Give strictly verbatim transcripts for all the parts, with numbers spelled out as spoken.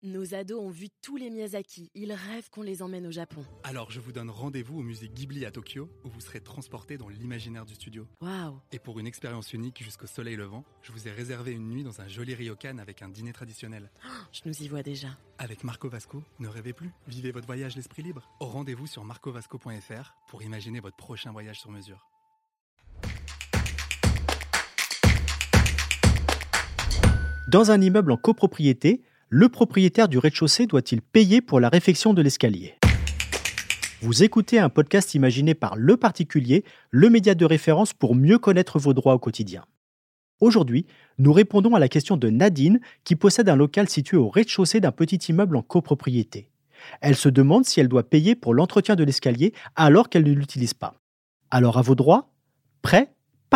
Nos ados ont vu tous les Miyazaki. Ils rêvent qu'on les emmène au Japon. Alors je vous donne rendez-vous au musée Ghibli à Tokyo, où vous serez transportés dans l'imaginaire du studio. Waouh! Et pour une expérience unique jusqu'au soleil levant, je vous ai réservé une nuit dans un joli ryokan avec un dîner traditionnel. Oh, je nous y vois déjà. Avec Marco Vasco, ne rêvez plus, vivez votre voyage l'esprit libre. Au rendez-vous sur marco vasco point f r pour imaginer votre prochain voyage sur mesure. Dans un immeuble en copropriété, le propriétaire du rez-de-chaussée doit-il payer pour la réfection de l'escalier ? Vous écoutez un podcast imaginé par Le Particulier, le média de référence pour mieux connaître vos droits au quotidien. Aujourd'hui, nous répondons à la question de Nadine qui possède un local situé au rez-de-chaussée d'un petit immeuble en copropriété. Elle se demande si elle doit payer pour l'entretien de l'escalier alors qu'elle ne l'utilise pas. Alors à vos droits ? Prêts ? Partez !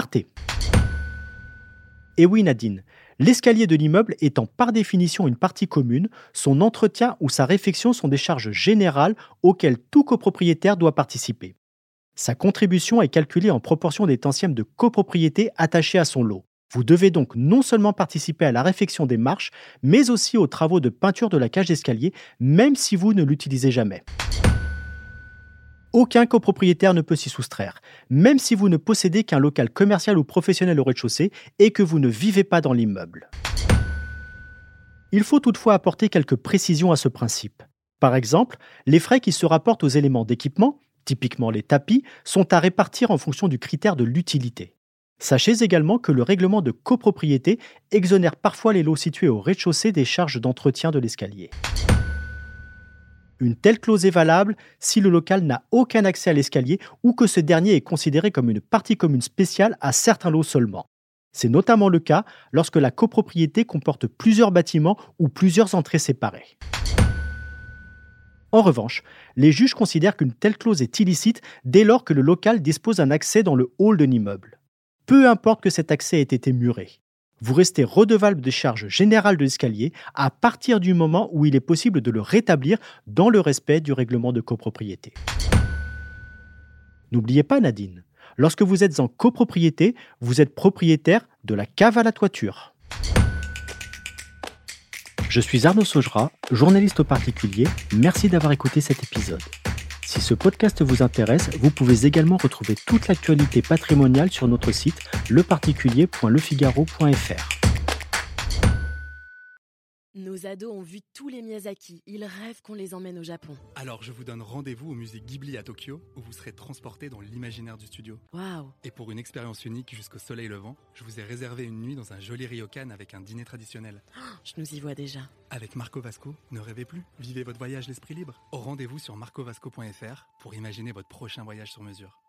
Et oui Nadine, l'escalier de l'immeuble étant par définition une partie commune, son entretien ou sa réfection sont des charges générales auxquelles tout copropriétaire doit participer. Sa contribution est calculée en proportion des tantièmes de copropriété attachés à son lot. Vous devez donc non seulement participer à la réfection des marches, mais aussi aux travaux de peinture de la cage d'escalier, même si vous ne l'utilisez jamais. Aucun copropriétaire ne peut s'y soustraire, même si vous ne possédez qu'un local commercial ou professionnel au rez-de-chaussée et que vous ne vivez pas dans l'immeuble. Il faut toutefois apporter quelques précisions à ce principe. Par exemple, les frais qui se rapportent aux éléments d'équipement, typiquement les tapis, sont à répartir en fonction du critère de l'utilité. Sachez également que le règlement de copropriété exonère parfois les lots situés au rez-de-chaussée des charges d'entretien de l'escalier. Une telle clause est valable si le local n'a aucun accès à l'escalier ou que ce dernier est considéré comme une partie commune spéciale à certains lots seulement. C'est notamment le cas lorsque la copropriété comporte plusieurs bâtiments ou plusieurs entrées séparées. En revanche, les juges considèrent qu'une telle clause est illicite dès lors que le local dispose d'un accès dans le hall de l'immeuble. Peu importe que cet accès ait été muré. Vous restez redevable des charges générales de l'escalier à partir du moment où il est possible de le rétablir dans le respect du règlement de copropriété. N'oubliez pas Nadine, lorsque vous êtes en copropriété, vous êtes propriétaire de la cave à la toiture. Je suis Arnaud Saugera, journaliste au Particulier. Merci d'avoir écouté cet épisode. Si ce podcast vous intéresse, vous pouvez également retrouver toute l'actualité patrimoniale sur notre site le particulier point le figaro point f r. Nos ados ont vu tous les Miyazaki. Ils rêvent qu'on les emmène au Japon. Alors je vous donne rendez-vous au musée Ghibli à Tokyo, où vous serez transportés dans l'imaginaire du studio. Waouh! Et pour une expérience unique jusqu'au soleil levant, je vous ai réservé une nuit dans un joli ryokan avec un dîner traditionnel. Oh, je nous y vois déjà. Avec Marco Vasco, ne rêvez plus, vivez votre voyage l'esprit libre. Au rendez-vous sur marco vasco point f r pour imaginer votre prochain voyage sur mesure.